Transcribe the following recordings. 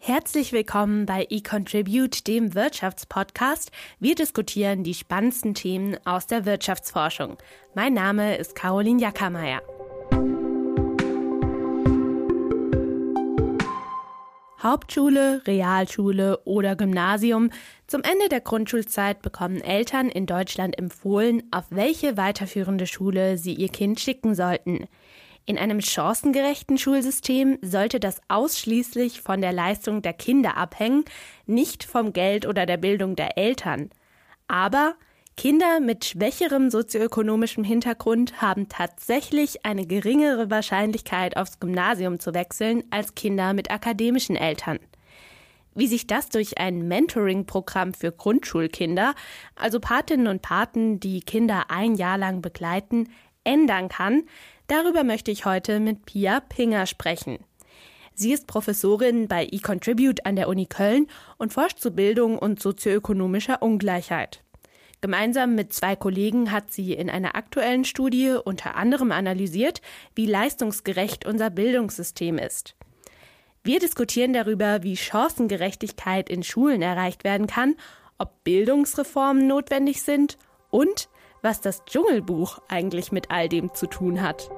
Herzlich willkommen bei eContribute, dem Wirtschaftspodcast. Wir diskutieren die spannendsten Themen aus der Wirtschaftsforschung. Mein Name ist Caroline Jackermeier. Hauptschule, Realschule oder Gymnasium. Zum Ende der Grundschulzeit bekommen Eltern in Deutschland empfohlen, auf welche weiterführende Schule sie ihr Kind schicken sollten. In einem chancengerechten Schulsystem sollte das ausschließlich von der Leistung der Kinder abhängen, nicht vom Geld oder der Bildung der Eltern. Aber Kinder mit schwächerem sozioökonomischem Hintergrund haben tatsächlich eine geringere Wahrscheinlichkeit, aufs Gymnasium zu wechseln, als Kinder mit akademischen Eltern. Wie sich das durch ein Mentoring-Programm für Grundschulkinder, also Patinnen und Paten, die Kinder ein Jahr lang begleiten, ändern kann, darüber möchte ich heute mit Pia Pinger sprechen. Sie ist Professorin bei eContribute an der Uni Köln und forscht zu Bildung und sozioökonomischer Ungleichheit. Gemeinsam mit 2 Kollegen hat sie in einer aktuellen Studie unter anderem analysiert, wie leistungsgerecht unser Bildungssystem ist. Wir diskutieren darüber, wie Chancengerechtigkeit in Schulen erreicht werden kann, ob Bildungsreformen notwendig sind und was das Dschungelbuch eigentlich mit all dem zu tun hat.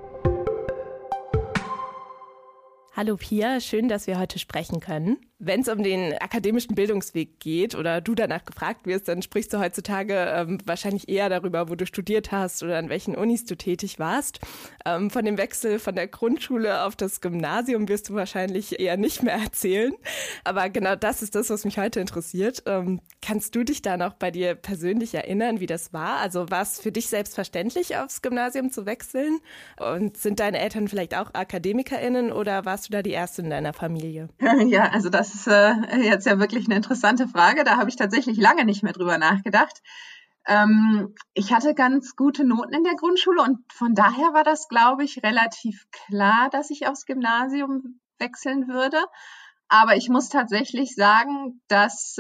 Hallo Pia, schön, dass wir heute sprechen können. Wenn es um den akademischen Bildungsweg geht oder du danach gefragt wirst, dann sprichst du heutzutage wahrscheinlich eher darüber, wo du studiert hast oder an welchen Unis du tätig warst. Von dem Wechsel von der Grundschule auf das Gymnasium wirst du wahrscheinlich eher nicht mehr erzählen. Aber genau das ist das, was mich heute interessiert. Kannst du dich da noch bei dir persönlich erinnern, wie das war? Also war es für dich selbstverständlich, aufs Gymnasium zu wechseln? Und sind deine Eltern vielleicht auch AkademikerInnen oder warst du da die Erste in deiner Familie? Ja, also das ist jetzt ja wirklich eine interessante Frage. Da habe ich tatsächlich lange nicht mehr drüber nachgedacht. Ich hatte ganz gute Noten in der Grundschule und von daher war das, glaube ich, relativ klar, dass ich aufs Gymnasium wechseln würde. Aber ich muss tatsächlich sagen, dass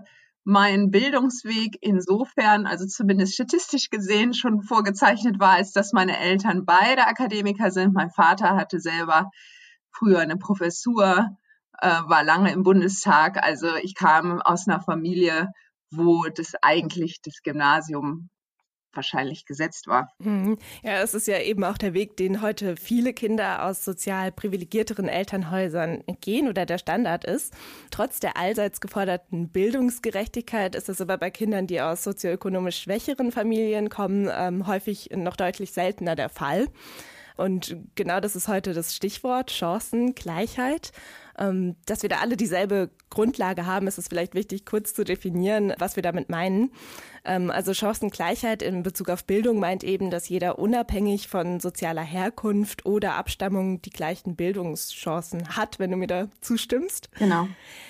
mein Bildungsweg insofern, also zumindest statistisch gesehen, schon vorgezeichnet war, als dass meine Eltern beide Akademiker sind. Mein Vater hatte selber früher eine Professur, war lange im Bundestag. Also ich kam aus einer Familie, wo das Gymnasium wahrscheinlich gesetzt war. Ja, es ist ja eben auch der Weg, den heute viele Kinder aus sozial privilegierteren Elternhäusern gehen oder der Standard ist. Trotz der allseits geforderten Bildungsgerechtigkeit ist es aber bei Kindern, die aus sozioökonomisch schwächeren Familien kommen, häufig noch deutlich seltener der Fall. Und genau das ist heute das Stichwort Chancengleichheit. Dass wir da alle dieselbe Grundlage haben, ist es vielleicht wichtig, kurz zu definieren, was wir damit meinen. Also Chancengleichheit in Bezug auf Bildung meint eben, dass jeder unabhängig von sozialer Herkunft oder Abstammung die gleichen Bildungschancen hat, wenn du mir da zustimmst. Genau.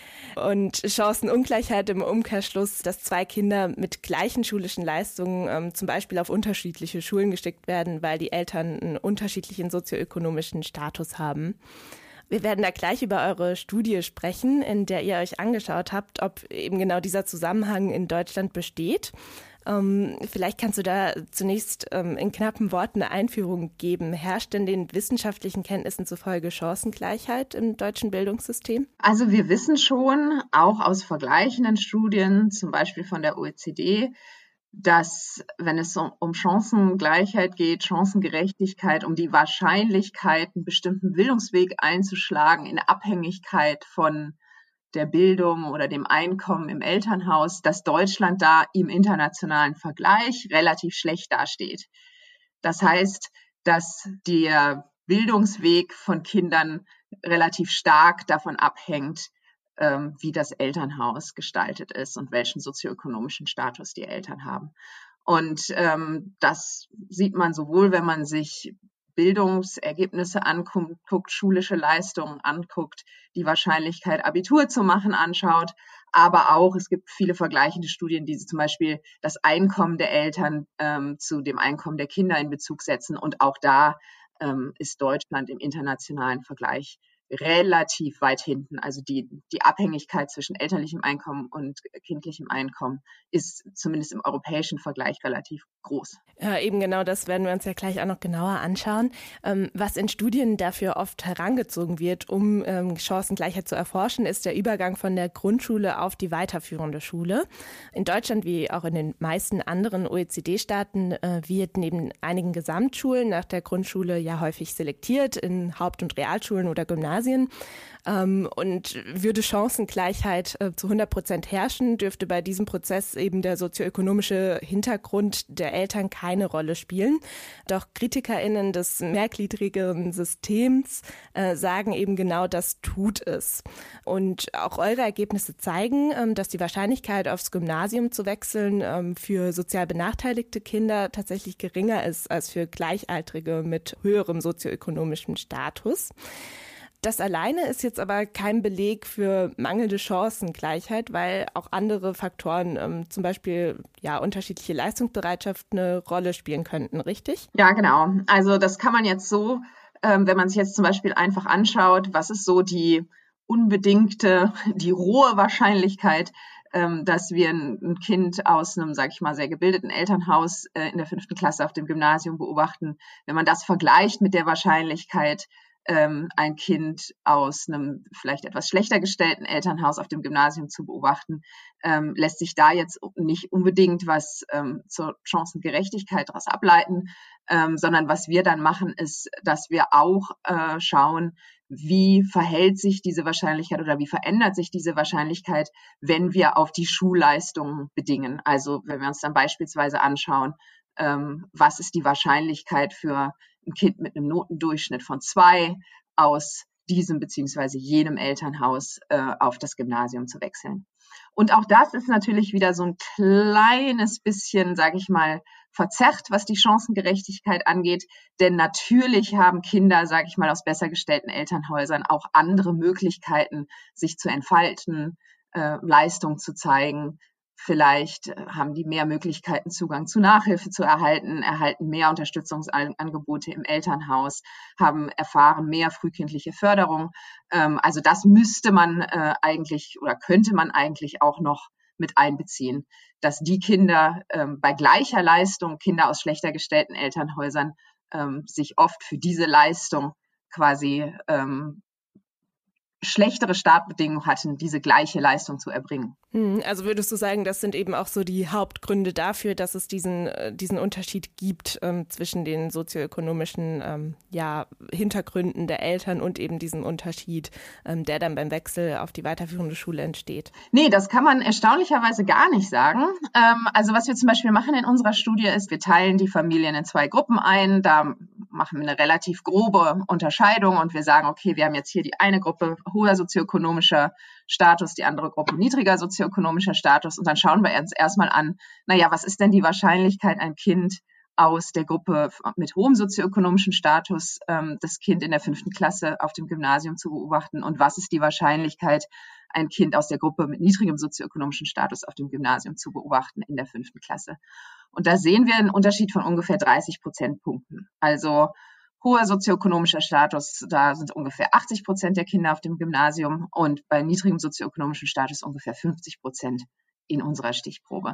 Und Chancenungleichheit im Umkehrschluss, dass 2 Kinder mit gleichen schulischen Leistungen zum Beispiel auf unterschiedliche Schulen geschickt werden, weil die Eltern einen unterschiedlichen sozioökonomischen Status haben. Wir werden da gleich über eure Studie sprechen, in der ihr euch angeschaut habt, ob eben genau dieser Zusammenhang in Deutschland besteht. Vielleicht kannst du da zunächst in knappen Worten eine Einführung geben. Herrscht denn den wissenschaftlichen Kenntnissen zufolge Chancengleichheit im deutschen Bildungssystem? Also wir wissen schon, auch aus vergleichenden Studien, zum Beispiel von der OECD, dass wenn es um Chancengleichheit geht, Chancengerechtigkeit, um die Wahrscheinlichkeit, einen bestimmten Bildungsweg einzuschlagen in Abhängigkeit von der Bildung oder dem Einkommen im Elternhaus, dass Deutschland da im internationalen Vergleich relativ schlecht dasteht. Das heißt, dass der Bildungsweg von Kindern relativ stark davon abhängt, wie das Elternhaus gestaltet ist und welchen sozioökonomischen Status die Eltern haben. Und das sieht man sowohl, wenn man sich Bildungsergebnisse anguckt, schulische Leistungen anguckt, die Wahrscheinlichkeit, Abitur zu machen, anschaut. Aber auch, es gibt viele vergleichende Studien, die zum Beispiel das Einkommen der Eltern zu dem Einkommen der Kinder in Bezug setzen. Und auch da ist Deutschland im internationalen Vergleich relativ weit hinten. Also die Abhängigkeit zwischen elterlichem Einkommen und kindlichem Einkommen ist zumindest im europäischen Vergleich relativ groß. Ja, eben genau, das werden wir uns ja gleich auch noch genauer anschauen. Was in Studien dafür oft herangezogen wird, um Chancengleichheit zu erforschen, ist der Übergang von der Grundschule auf die weiterführende Schule. In Deutschland wie auch in den meisten anderen OECD-Staaten wird neben einigen Gesamtschulen nach der Grundschule ja häufig selektiert in Haupt- und Realschulen oder Gymnasien. Und würde Chancengleichheit zu 100% herrschen, dürfte bei diesem Prozess eben der sozioökonomische Hintergrund der Eltern keine Rolle spielen. Doch KritikerInnen des mehrgliedrigeren Systems sagen eben genau, das tut es. Und auch eure Ergebnisse zeigen, dass die Wahrscheinlichkeit, aufs Gymnasium zu wechseln, für sozial benachteiligte Kinder tatsächlich geringer ist als für Gleichaltrige mit höherem sozioökonomischem Status. Das alleine ist jetzt aber kein Beleg für mangelnde Chancengleichheit, weil auch andere Faktoren, zum Beispiel ja unterschiedliche Leistungsbereitschaft, eine Rolle spielen könnten, richtig? Ja, genau. Also das kann man jetzt so, wenn man sich jetzt zum Beispiel einfach anschaut, was ist so die rohe Wahrscheinlichkeit, dass wir ein Kind aus einem, sag ich mal, sehr gebildeten Elternhaus in der 5. Klasse auf dem Gymnasium beobachten. Wenn man das vergleicht mit der Wahrscheinlichkeit, ein Kind aus einem vielleicht etwas schlechter gestellten Elternhaus auf dem Gymnasium zu beobachten, lässt sich da jetzt nicht unbedingt was zur Chancengerechtigkeit daraus ableiten, sondern was wir dann machen, ist, dass wir auch schauen, wie verhält sich diese Wahrscheinlichkeit oder wie verändert sich diese Wahrscheinlichkeit, wenn wir auf die Schulleistungen bedingen. Also wenn wir uns dann beispielsweise anschauen, was ist die Wahrscheinlichkeit für ein Kind mit einem Notendurchschnitt von 2 aus diesem beziehungsweise jenem Elternhaus auf das Gymnasium zu wechseln. Und auch das ist natürlich wieder so ein kleines bisschen, sage ich mal, verzerrt, was die Chancengerechtigkeit angeht. Denn natürlich haben Kinder, sage ich mal, aus besser gestellten Elternhäusern auch andere Möglichkeiten, sich zu entfalten, Leistung zu zeigen. Vielleicht haben die mehr Möglichkeiten, Zugang zu Nachhilfe zu erhalten mehr Unterstützungsangebote im Elternhaus, erfahren mehr frühkindliche Förderung. Also das müsste man eigentlich oder könnte man eigentlich auch noch mit einbeziehen, dass die Kinder bei gleicher Leistung, Kinder aus schlechter gestellten Elternhäusern, sich oft für diese Leistung quasi schlechtere Startbedingungen hatten, diese gleiche Leistung zu erbringen. Also würdest du sagen, das sind eben auch so die Hauptgründe dafür, dass es diesen Unterschied gibt zwischen den sozioökonomischen Hintergründen der Eltern und eben diesem Unterschied, der dann beim Wechsel auf die weiterführende Schule entsteht? Nee, das kann man erstaunlicherweise gar nicht sagen. Also was wir zum Beispiel machen in unserer Studie ist, wir teilen die Familien in 2 Gruppen ein. Da machen wir eine relativ grobe Unterscheidung und wir sagen, okay, wir haben jetzt hier die eine Gruppe hoher sozioökonomischer Status, die andere Gruppe niedriger sozioökonomischer Status. Und dann schauen wir uns erstmal an, was ist denn die Wahrscheinlichkeit, ein Kind aus der Gruppe mit hohem sozioökonomischen Status, das Kind in der 5. Klasse auf dem Gymnasium zu beobachten? Und was ist die Wahrscheinlichkeit, ein Kind aus der Gruppe mit niedrigem sozioökonomischen Status auf dem Gymnasium zu beobachten in der 5. Klasse? Und da sehen wir einen Unterschied von ungefähr 30 Prozentpunkten. Also hoher sozioökonomischer Status, da sind ungefähr 80% der Kinder auf dem Gymnasium und bei niedrigem sozioökonomischen Status ungefähr 50% in unserer Stichprobe.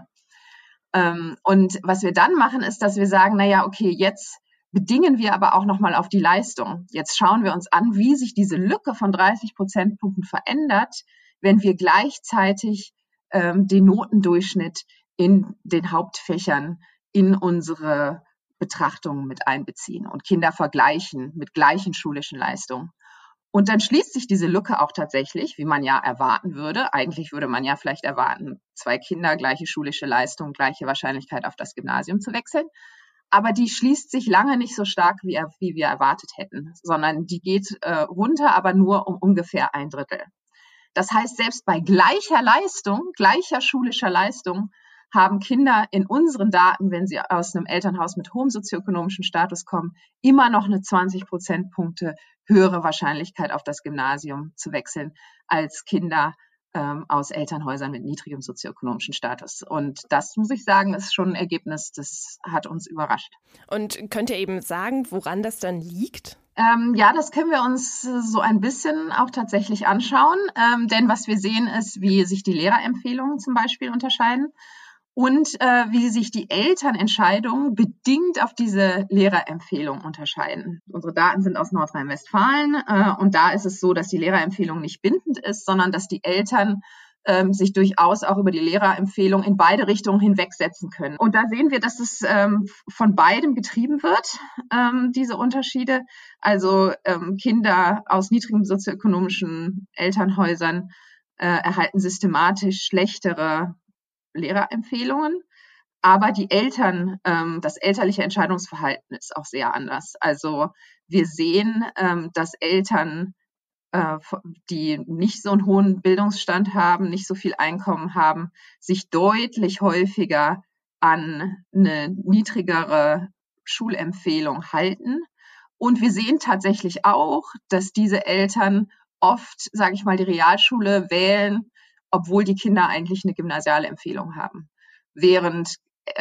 Und was wir dann machen, ist, dass wir sagen, okay, jetzt bedingen wir aber auch nochmal auf die Leistung. Jetzt schauen wir uns an, wie sich diese Lücke von 30 Prozentpunkten verändert, wenn wir gleichzeitig den Notendurchschnitt in den Hauptfächern in unsere Betrachtungen mit einbeziehen und Kinder vergleichen mit gleichen schulischen Leistungen. Und dann schließt sich diese Lücke auch tatsächlich, wie man ja erwarten würde. Eigentlich würde man ja vielleicht erwarten, 2 Kinder, gleiche schulische Leistung, gleiche Wahrscheinlichkeit auf das Gymnasium zu wechseln. Aber die schließt sich lange nicht so stark, wie wir erwartet hätten, sondern die geht runter, aber nur um ungefähr 1/3. Das heißt, selbst bei gleicher Leistung, gleicher schulischer Leistung, haben Kinder in unseren Daten, wenn sie aus einem Elternhaus mit hohem sozioökonomischen Status kommen, immer noch eine 20 Prozentpunkte höhere Wahrscheinlichkeit auf das Gymnasium zu wechseln als Kinder aus Elternhäusern mit niedrigem sozioökonomischen Status. Und das, muss ich sagen, ist schon ein Ergebnis, das hat uns überrascht. Und könnt ihr eben sagen, woran das dann liegt? Ja, das können wir uns so ein bisschen auch tatsächlich anschauen, denn was wir sehen ist, wie sich die Lehrerempfehlungen zum Beispiel unterscheiden und wie sich die Elternentscheidungen bedingt auf diese Lehrerempfehlung unterscheiden. Unsere Daten sind aus Nordrhein-Westfalen und da ist es so, dass die Lehrerempfehlung nicht bindend ist, sondern dass die Eltern sich durchaus auch über die Lehrerempfehlung in beide Richtungen hinwegsetzen können. Und da sehen wir, dass es von beidem getrieben wird, diese Unterschiede. Also Kinder aus niedrigen sozioökonomischen Elternhäusern erhalten systematisch schlechtere Lehrerempfehlungen. Aber die Eltern, das elterliche Entscheidungsverhalten ist auch sehr anders. Also wir sehen, dass Eltern, die nicht so einen hohen Bildungsstand haben, nicht so viel Einkommen haben, sich deutlich häufiger an eine niedrigere Schulempfehlung halten. Und wir sehen tatsächlich auch, dass diese Eltern oft, sage ich mal, die Realschule wählen, obwohl die Kinder eigentlich eine gymnasiale Empfehlung haben. Während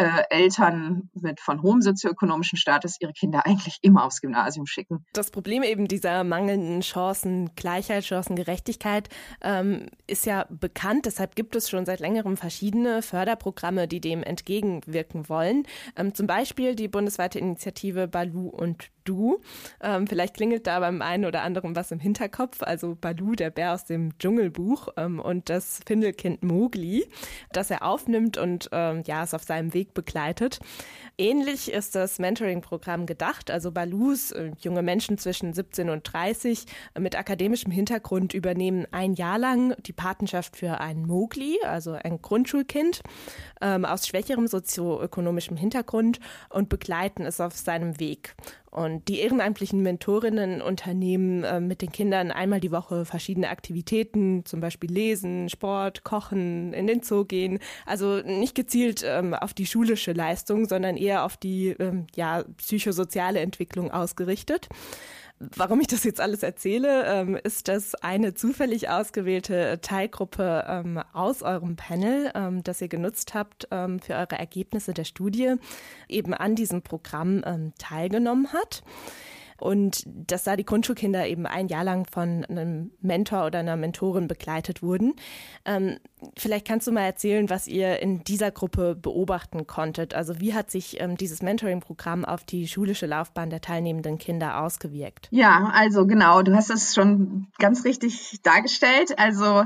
Eltern von hohem sozioökonomischen Status ihre Kinder eigentlich immer aufs Gymnasium schicken. Das Problem eben dieser mangelnden Chancengleichheit, Chancengerechtigkeit ist ja bekannt. Deshalb gibt es schon seit längerem verschiedene Förderprogramme, die dem entgegenwirken wollen. Zum Beispiel die bundesweite Initiative Baloo und Du. Vielleicht klingelt da beim einen oder anderen was im Hinterkopf. Also Baloo, der Bär aus dem Dschungelbuch, und das Findelkind Mowgli, das er aufnimmt und es auf seinem Weg begleitet. Ähnlich ist das Mentoring-Programm gedacht. Also Baloos, junge Menschen zwischen 17 und 30 mit akademischem Hintergrund übernehmen ein Jahr lang die Patenschaft für einen Mowgli, also ein Grundschulkind aus schwächerem sozioökonomischem Hintergrund, und begleiten es auf seinem Weg. Und die ehrenamtlichen Mentorinnen unternehmen mit den Kindern einmal die Woche verschiedene Aktivitäten, zum Beispiel Lesen, Sport, Kochen, in den Zoo gehen. Also nicht gezielt auf die schulische Leistung, sondern eher auf die psychosoziale Entwicklung ausgerichtet. Warum ich das jetzt alles erzähle, ist, dass eine zufällig ausgewählte Teilgruppe aus eurem Panel, das ihr genutzt habt für eure Ergebnisse der Studie, eben an diesem Programm teilgenommen hat. Und dass da die Grundschulkinder eben ein Jahr lang von einem Mentor oder einer Mentorin begleitet wurden. Vielleicht kannst du mal erzählen, was ihr in dieser Gruppe beobachten konntet. Also wie hat sich dieses Mentoring-Programm auf die schulische Laufbahn der teilnehmenden Kinder ausgewirkt? Ja, also genau, du hast es schon ganz richtig dargestellt. Also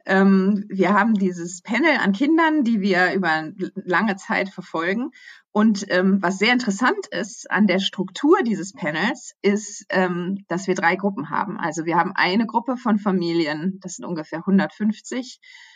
wir haben dieses Panel an Kindern, die wir über lange Zeit verfolgen. Und was sehr interessant ist an der Struktur dieses Panels, ist, dass wir 3 Gruppen haben. Also wir haben eine Gruppe von Familien, das sind ungefähr 150,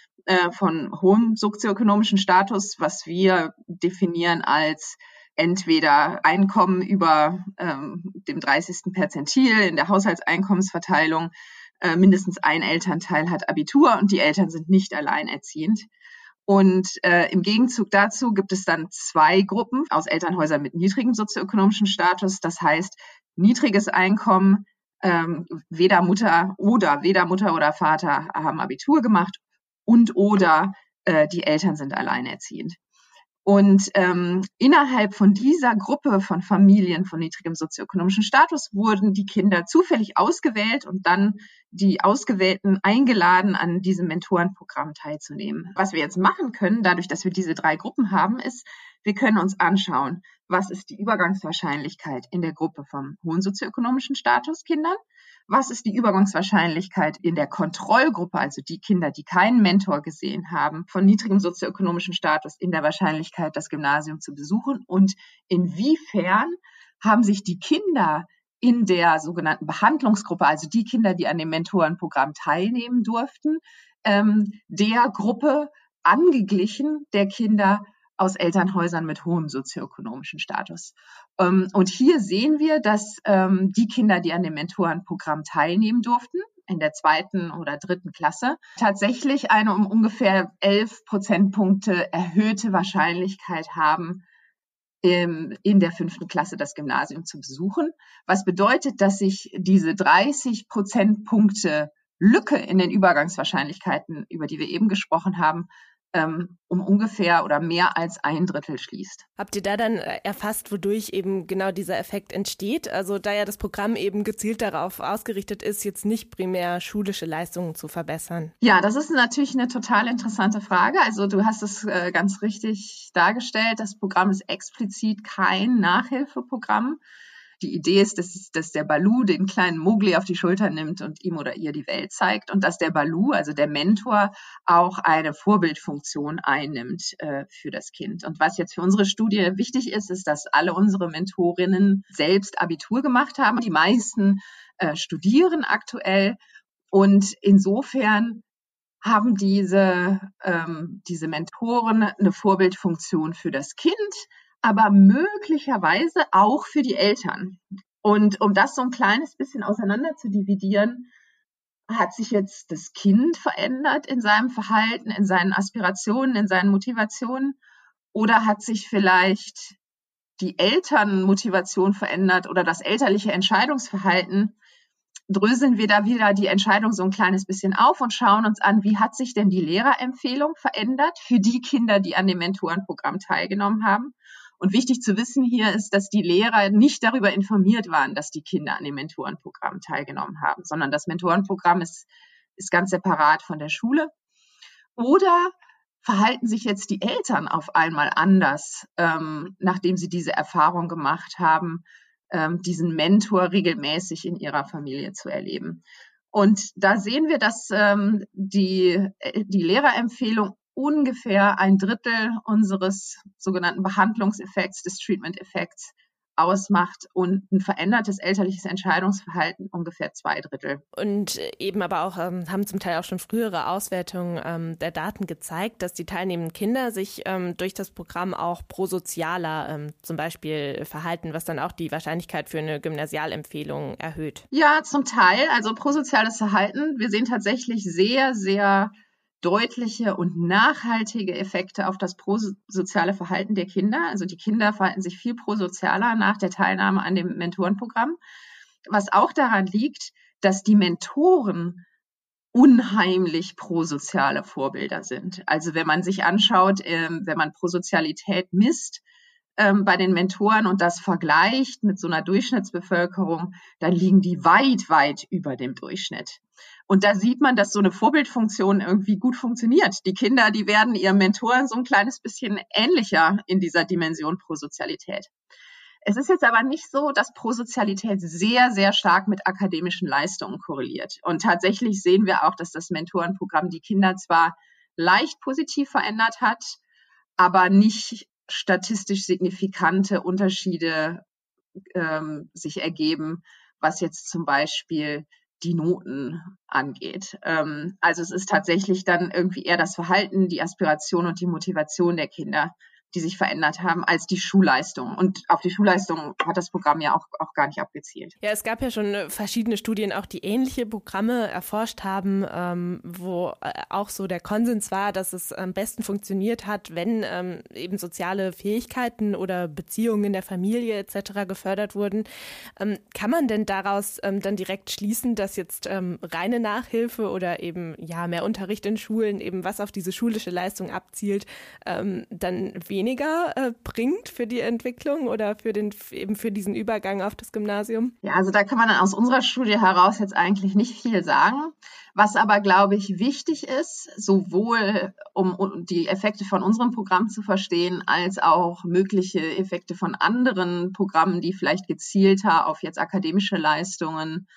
von hohem sozioökonomischen Status, was wir definieren als entweder Einkommen über dem 30. Perzentil in der Haushaltseinkommensverteilung, mindestens ein Elternteil hat Abitur und die Eltern sind nicht alleinerziehend. Und im Gegenzug dazu gibt es dann 2 Gruppen aus Elternhäusern mit niedrigem sozioökonomischen Status. Das heißt, niedriges Einkommen, weder Mutter oder Vater haben Abitur gemacht oder die Eltern sind alleinerziehend. Und innerhalb von dieser Gruppe von Familien von niedrigem sozioökonomischen Status wurden die Kinder zufällig ausgewählt und dann die Ausgewählten eingeladen, an diesem Mentorenprogramm teilzunehmen. Was wir jetzt machen können, dadurch, dass wir diese 3 Gruppen haben, ist, wir können uns anschauen, was ist die Übergangswahrscheinlichkeit in der Gruppe vom hohen sozioökonomischen Status Kindern, was ist die Übergangswahrscheinlichkeit in der Kontrollgruppe, also die Kinder, die keinen Mentor gesehen haben, von niedrigem sozioökonomischen Status in der Wahrscheinlichkeit, das Gymnasium zu besuchen, und inwiefern haben sich die Kinder in der sogenannten Behandlungsgruppe, also die Kinder, die an dem Mentorenprogramm teilnehmen durften, der Gruppe angeglichen der Kinder aus Elternhäusern mit hohem sozioökonomischen Status. Und hier sehen wir, dass die Kinder, die an dem Mentorenprogramm teilnehmen durften, in der 2. oder 3. Klasse, tatsächlich eine um ungefähr 11 Prozentpunkte erhöhte Wahrscheinlichkeit haben, in der 5. Klasse das Gymnasium zu besuchen. Was bedeutet, dass sich diese 30 Prozentpunkte Lücke in den Übergangswahrscheinlichkeiten, über die wir eben gesprochen haben, um ungefähr oder mehr als 1/3 schließt. Habt ihr da dann erfasst, wodurch eben genau dieser Effekt entsteht? Also da ja das Programm eben gezielt darauf ausgerichtet ist, jetzt nicht primär schulische Leistungen zu verbessern. Ja, das ist natürlich eine total interessante Frage. Also du hast es ganz richtig dargestellt. Das Programm ist explizit kein Nachhilfeprogramm. Die Idee ist, dass der Baloo den kleinen Mowgli auf die Schulter nimmt und ihm oder ihr die Welt zeigt und dass der Baloo, also der Mentor, auch eine Vorbildfunktion einnimmt für das Kind. Und was jetzt für unsere Studie wichtig ist, ist, dass alle unsere Mentorinnen selbst Abitur gemacht haben. Die meisten studieren aktuell und insofern haben diese Mentoren eine Vorbildfunktion für das Kind, aber möglicherweise auch für die Eltern. Und um das so ein kleines bisschen auseinander zu dividieren, hat sich jetzt das Kind verändert in seinem Verhalten, in seinen Aspirationen, in seinen Motivationen? Oder hat sich vielleicht die Elternmotivation verändert oder das elterliche Entscheidungsverhalten? Dröseln wir da wieder die Entscheidung so ein kleines bisschen auf und schauen uns an, wie hat sich denn die Lehrerempfehlung verändert für die Kinder, die an dem Mentorenprogramm teilgenommen haben. Und wichtig zu wissen hier ist, dass die Lehrer nicht darüber informiert waren, dass die Kinder an dem Mentorenprogramm teilgenommen haben, sondern das Mentorenprogramm ist ganz separat von der Schule. Oder verhalten sich jetzt die Eltern auf einmal anders, nachdem sie diese Erfahrung gemacht haben, diesen Mentor regelmäßig in ihrer Familie zu erleben. Und da sehen wir, dass die Lehrerempfehlung ungefähr 1/3 unseres sogenannten Behandlungseffekts, des Treatment-Effekts ausmacht und ein verändertes elterliches Entscheidungsverhalten ungefähr 2/3. Und eben aber auch haben zum Teil auch schon frühere Auswertungen der Daten gezeigt, dass die teilnehmenden Kinder sich durch das Programm auch prosozialer zum Beispiel verhalten, was dann auch die Wahrscheinlichkeit für eine Gymnasialempfehlung erhöht. Ja, zum Teil. Also prosoziales Verhalten. Wir sehen tatsächlich sehr, sehr deutliche und nachhaltige Effekte auf das prosoziale Verhalten der Kinder. Also die Kinder verhalten sich viel prosozialer nach der Teilnahme an dem Mentorenprogramm, was auch daran liegt, dass die Mentoren unheimlich prosoziale Vorbilder sind. Also wenn man sich anschaut, wenn man Prosozialität misst, bei den Mentoren und das vergleicht mit so einer Durchschnittsbevölkerung, dann liegen die weit, weit über dem Durchschnitt. Und da sieht man, dass so eine Vorbildfunktion irgendwie gut funktioniert. Die Kinder, die werden ihrem Mentor so ein kleines bisschen ähnlicher in dieser Dimension Prosozialität. Es ist jetzt aber nicht so, dass Prosozialität sehr, sehr stark mit akademischen Leistungen korreliert. Und tatsächlich sehen wir auch, dass das Mentorenprogramm die Kinder zwar leicht positiv verändert hat, aber nicht statistisch signifikante Unterschiede sich ergeben, was jetzt zum Beispiel die Noten angeht. Also es ist tatsächlich dann irgendwie eher das Verhalten, die Aspiration und die Motivation der Kinder, die sich verändert haben, als die Schulleistung. Und auf die Schulleistung hat das Programm ja auch gar nicht abgezielt. Ja, es gab ja schon verschiedene Studien, auch die ähnliche Programme erforscht haben, wo auch so der Konsens war, dass es am besten funktioniert hat, wenn eben soziale Fähigkeiten oder Beziehungen in der Familie etc. gefördert wurden. Kann man denn daraus dann direkt schließen, dass jetzt reine Nachhilfe oder eben ja mehr Unterricht in Schulen, eben was auf diese schulische Leistung abzielt, dann weniger bringt für die Entwicklung oder für diesen Übergang auf das Gymnasium? Ja, also da kann man dann aus unserer Studie heraus jetzt eigentlich nicht viel sagen. Was aber, glaube ich, wichtig ist, sowohl um die Effekte von unserem Programm zu verstehen, als auch mögliche Effekte von anderen Programmen, die vielleicht gezielter auf jetzt akademische Leistungen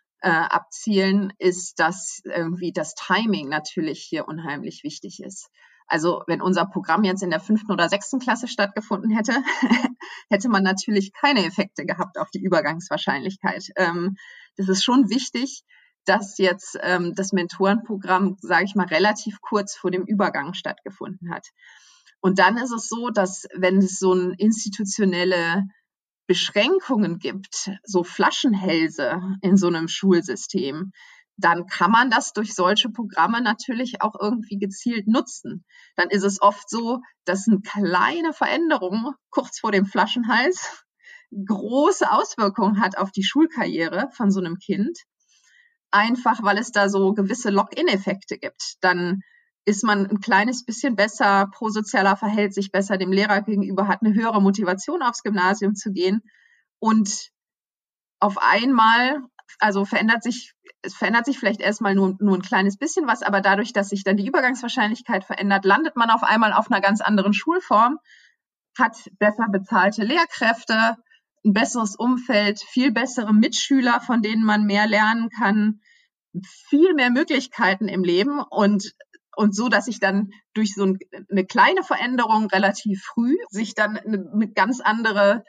abzielen, ist, dass irgendwie das Timing natürlich hier unheimlich wichtig ist. Also wenn unser Programm jetzt in der 5. oder 6. Klasse stattgefunden hätte, hätte man natürlich keine Effekte gehabt auf die Übergangswahrscheinlichkeit. Das ist schon wichtig, dass jetzt das Mentorenprogramm, sage ich mal, relativ kurz vor dem Übergang stattgefunden hat. Und dann ist es so, dass wenn es so ein institutionelle Beschränkungen gibt, so Flaschenhälse in so einem Schulsystem, dann kann man das durch solche Programme natürlich auch irgendwie gezielt nutzen. Dann ist es oft so, dass eine kleine Veränderung kurz vor dem Flaschenhals große Auswirkungen hat auf die Schulkarriere von so einem Kind, einfach weil es da so gewisse Lock-in-Effekte gibt. Dann ist man ein kleines bisschen besser, prosozialer, verhält sich besser dem Lehrer gegenüber, hat eine höhere Motivation, aufs Gymnasium zu gehen. Und auf einmal, also es verändert sich vielleicht erstmal nur ein kleines bisschen was, aber dadurch, dass sich dann die Übergangswahrscheinlichkeit verändert, landet man auf einmal auf einer ganz anderen Schulform, hat besser bezahlte Lehrkräfte, ein besseres Umfeld, viel bessere Mitschüler, von denen man mehr lernen kann, viel mehr Möglichkeiten im Leben und so, dass sich dann durch so eine kleine Veränderung relativ früh sich dann eine ganz andere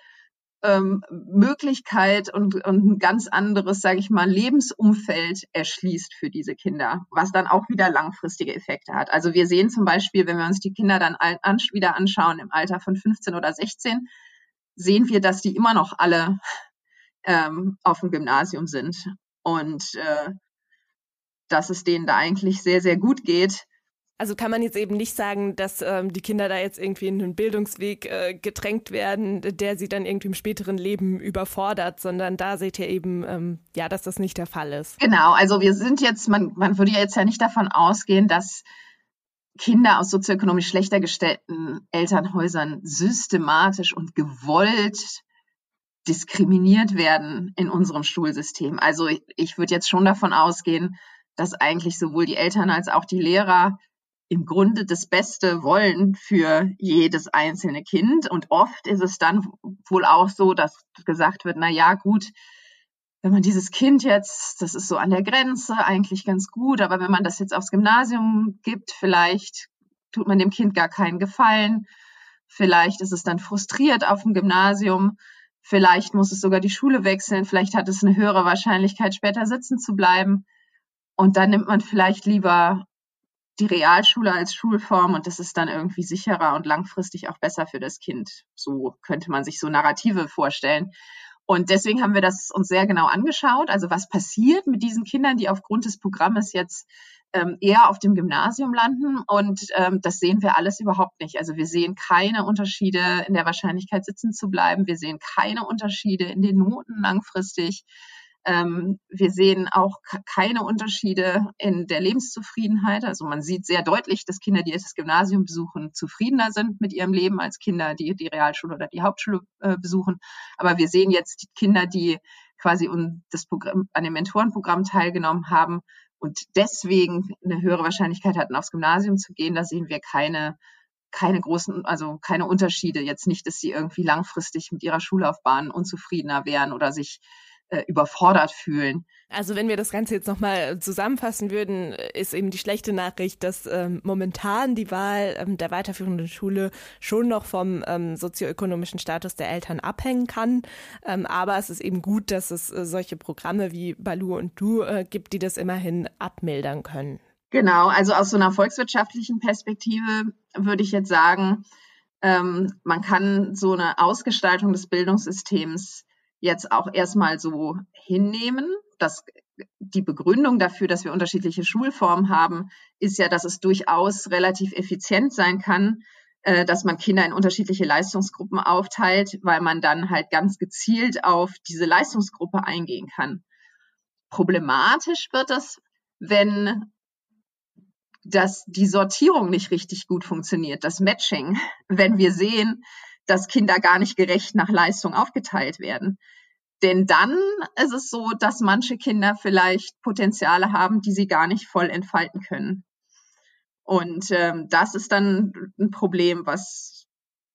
Möglichkeit und ein ganz anderes, sage ich mal, Lebensumfeld erschließt für diese Kinder, was dann auch wieder langfristige Effekte hat. Also wir sehen zum Beispiel, wenn wir uns die Kinder dann wieder anschauen im Alter von 15 oder 16, sehen wir, dass die immer noch alle auf dem Gymnasium sind und dass es denen da eigentlich sehr, sehr gut geht. Also kann man jetzt eben nicht sagen, dass die Kinder da jetzt irgendwie in einen Bildungsweg gedrängt werden, der sie dann irgendwie im späteren Leben überfordert, sondern da seht ihr eben, dass das nicht der Fall ist. Genau, also wir sind jetzt, man würde jetzt ja nicht davon ausgehen, dass Kinder aus sozioökonomisch schlechter gestellten Elternhäusern systematisch und gewollt diskriminiert werden in unserem Schulsystem. Also ich würde jetzt schon davon ausgehen, dass eigentlich sowohl die Eltern als auch die Lehrer im Grunde das Beste wollen für jedes einzelne Kind. Und oft ist es dann wohl auch so, dass gesagt wird, na ja, gut, wenn man dieses Kind jetzt, das ist so an der Grenze, eigentlich ganz gut, aber wenn man das jetzt aufs Gymnasium gibt, vielleicht tut man dem Kind gar keinen Gefallen. Vielleicht ist es dann frustriert auf dem Gymnasium. Vielleicht muss es sogar die Schule wechseln. Vielleicht hat es eine höhere Wahrscheinlichkeit, später sitzen zu bleiben. Und dann nimmt man vielleicht lieber die Realschule als Schulform und das ist dann irgendwie sicherer und langfristig auch besser für das Kind. So könnte man sich so Narrative vorstellen. Und deswegen haben wir das uns sehr genau angeschaut. Also was passiert mit diesen Kindern, die aufgrund des Programmes jetzt eher auf dem Gymnasium landen? Und das sehen wir alles überhaupt nicht. Also wir sehen keine Unterschiede in der Wahrscheinlichkeit, sitzen zu bleiben. Wir sehen keine Unterschiede in den Noten langfristig. Wir sehen auch keine Unterschiede in der Lebenszufriedenheit. Also man sieht sehr deutlich, dass Kinder, die das Gymnasium besuchen, zufriedener sind mit ihrem Leben als Kinder, die die Realschule oder die Hauptschule besuchen. Aber wir sehen jetzt die Kinder, die quasi an dem Mentorenprogramm teilgenommen haben und deswegen eine höhere Wahrscheinlichkeit hatten, aufs Gymnasium zu gehen. Da sehen wir keine großen, also keine Unterschiede. Jetzt nicht, dass sie irgendwie langfristig mit ihrer Schullaufbahn unzufriedener wären oder sich überfordert fühlen. Also wenn wir das Ganze jetzt nochmal zusammenfassen würden, ist eben die schlechte Nachricht, dass momentan die Wahl der weiterführenden Schule schon noch vom sozioökonomischen Status der Eltern abhängen kann. Aber es ist eben gut, dass es solche Programme wie Baloo und Du gibt, die das immerhin abmildern können. Genau, also aus so einer volkswirtschaftlichen Perspektive würde ich jetzt sagen, man kann so eine Ausgestaltung des Bildungssystems jetzt auch erstmal so hinnehmen. Die Begründung dafür, dass wir unterschiedliche Schulformen haben, ist ja, dass es durchaus relativ effizient sein kann, dass man Kinder in unterschiedliche Leistungsgruppen aufteilt, weil man dann halt ganz gezielt auf diese Leistungsgruppe eingehen kann. Problematisch wird es, wenn die Sortierung nicht richtig gut funktioniert, das Matching, wenn wir sehen, dass Kinder gar nicht gerecht nach Leistung aufgeteilt werden. Denn dann ist es so, dass manche Kinder vielleicht Potenziale haben, die sie gar nicht voll entfalten können. Und das ist dann ein Problem, was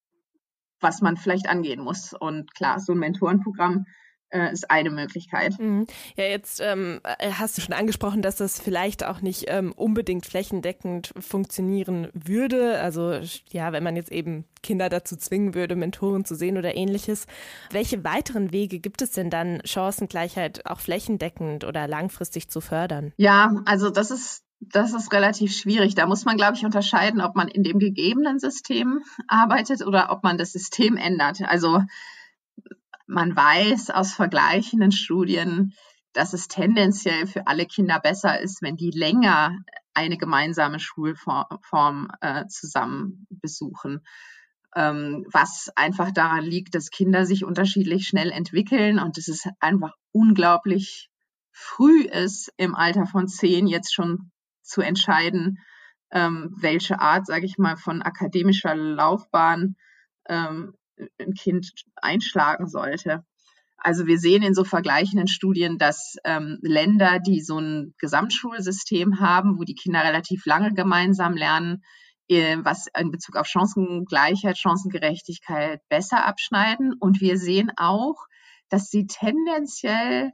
man vielleicht angehen muss. Und klar, so ein Mentorenprogramm ist eine Möglichkeit. Ja, jetzt hast du schon angesprochen, dass das vielleicht auch nicht unbedingt flächendeckend funktionieren würde. Also ja, wenn man jetzt eben Kinder dazu zwingen würde, Mentoren zu sehen oder ähnliches. Welche weiteren Wege gibt es denn dann, Chancengleichheit auch flächendeckend oder langfristig zu fördern? Ja, also das ist relativ schwierig. Da muss man, glaube ich, unterscheiden, ob man in dem gegebenen System arbeitet oder ob man das System ändert. Also man weiß aus vergleichenden Studien, dass es tendenziell für alle Kinder besser ist, wenn die länger eine gemeinsame Schulform zusammen besuchen. Was einfach daran liegt, dass Kinder sich unterschiedlich schnell entwickeln und es ist einfach unglaublich früh ist, im Alter von 10 jetzt schon zu entscheiden, welche Art, sage ich mal, von akademischer Laufbahn ein Kind einschlagen sollte. Also wir sehen in so vergleichenden Studien, dass Länder, die so ein Gesamtschulsystem haben, wo die Kinder relativ lange gemeinsam lernen, was in Bezug auf Chancengleichheit, Chancengerechtigkeit besser abschneiden. Und wir sehen auch, dass sie tendenziell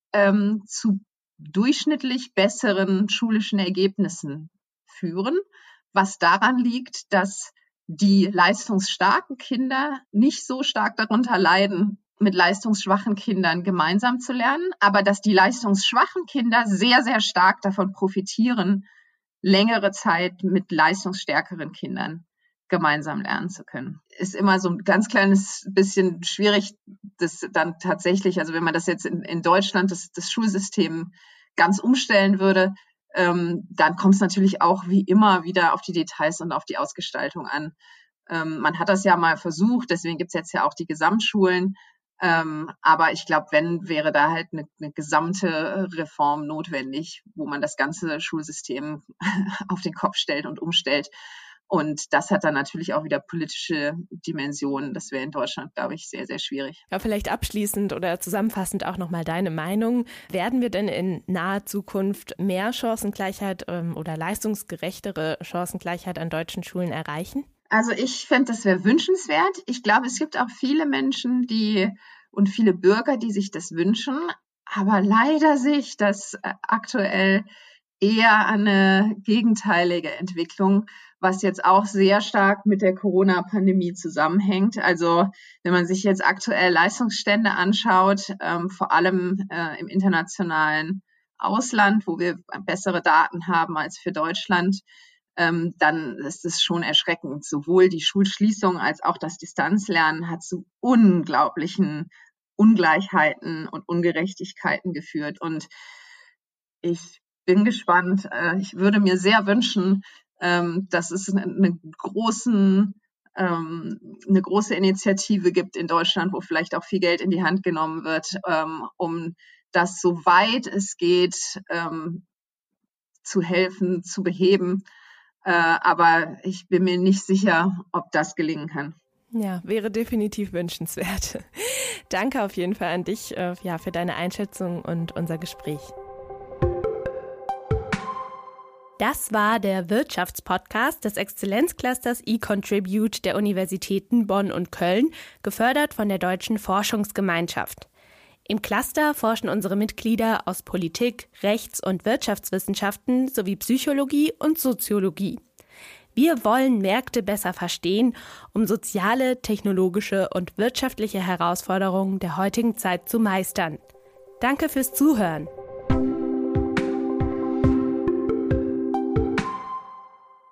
zu durchschnittlich besseren schulischen Ergebnissen führen, was daran liegt, dass die leistungsstarken Kinder nicht so stark darunter leiden, mit leistungsschwachen Kindern gemeinsam zu lernen, aber dass die leistungsschwachen Kinder sehr, sehr stark davon profitieren, längere Zeit mit leistungsstärkeren Kindern gemeinsam lernen zu können. Ist immer so ein ganz kleines bisschen schwierig, das dann tatsächlich, also wenn man das jetzt in Deutschland, das Schulsystem ganz umstellen würde, dann kommt es natürlich auch wie immer wieder auf die Details und auf die Ausgestaltung an. Man hat das ja mal versucht, deswegen gibt es jetzt ja auch die Gesamtschulen. Aber ich glaube, wäre da halt eine gesamte Reform notwendig, wo man das ganze Schulsystem auf den Kopf stellt und umstellt. Und das hat dann natürlich auch wieder politische Dimensionen. Das wäre in Deutschland, glaube ich, sehr, sehr schwierig. Ja, vielleicht abschließend oder zusammenfassend auch nochmal deine Meinung. Werden wir denn in naher Zukunft mehr Chancengleichheit oder leistungsgerechtere Chancengleichheit an deutschen Schulen erreichen? Also ich finde, das wäre wünschenswert. Ich glaube, es gibt auch viele Menschen und viele Bürger, die sich das wünschen. Aber leider sehe ich das aktuell eher eine gegenteilige Entwicklung, was jetzt auch sehr stark mit der Corona-Pandemie zusammenhängt. Also wenn man sich jetzt aktuell Leistungsstände anschaut, vor allem im internationalen Ausland, wo wir bessere Daten haben als für Deutschland, dann ist es schon erschreckend. Sowohl die Schulschließung als auch das Distanzlernen hat zu unglaublichen Ungleichheiten und Ungerechtigkeiten geführt. Und ich bin gespannt. Ich würde mir sehr wünschen, dass es eine große Initiative gibt in Deutschland, wo vielleicht auch viel Geld in die Hand genommen wird, um das, soweit es geht, zu helfen, zu beheben. Aber ich bin mir nicht sicher, ob das gelingen kann. Ja, wäre definitiv wünschenswert. Danke auf jeden Fall an dich für deine Einschätzung und unser Gespräch. Das war der Wirtschaftspodcast des Exzellenzclusters eContribute der Universitäten Bonn und Köln, gefördert von der Deutschen Forschungsgemeinschaft. Im Cluster forschen unsere Mitglieder aus Politik, Rechts- und Wirtschaftswissenschaften sowie Psychologie und Soziologie. Wir wollen Märkte besser verstehen, um soziale, technologische und wirtschaftliche Herausforderungen der heutigen Zeit zu meistern. Danke fürs Zuhören.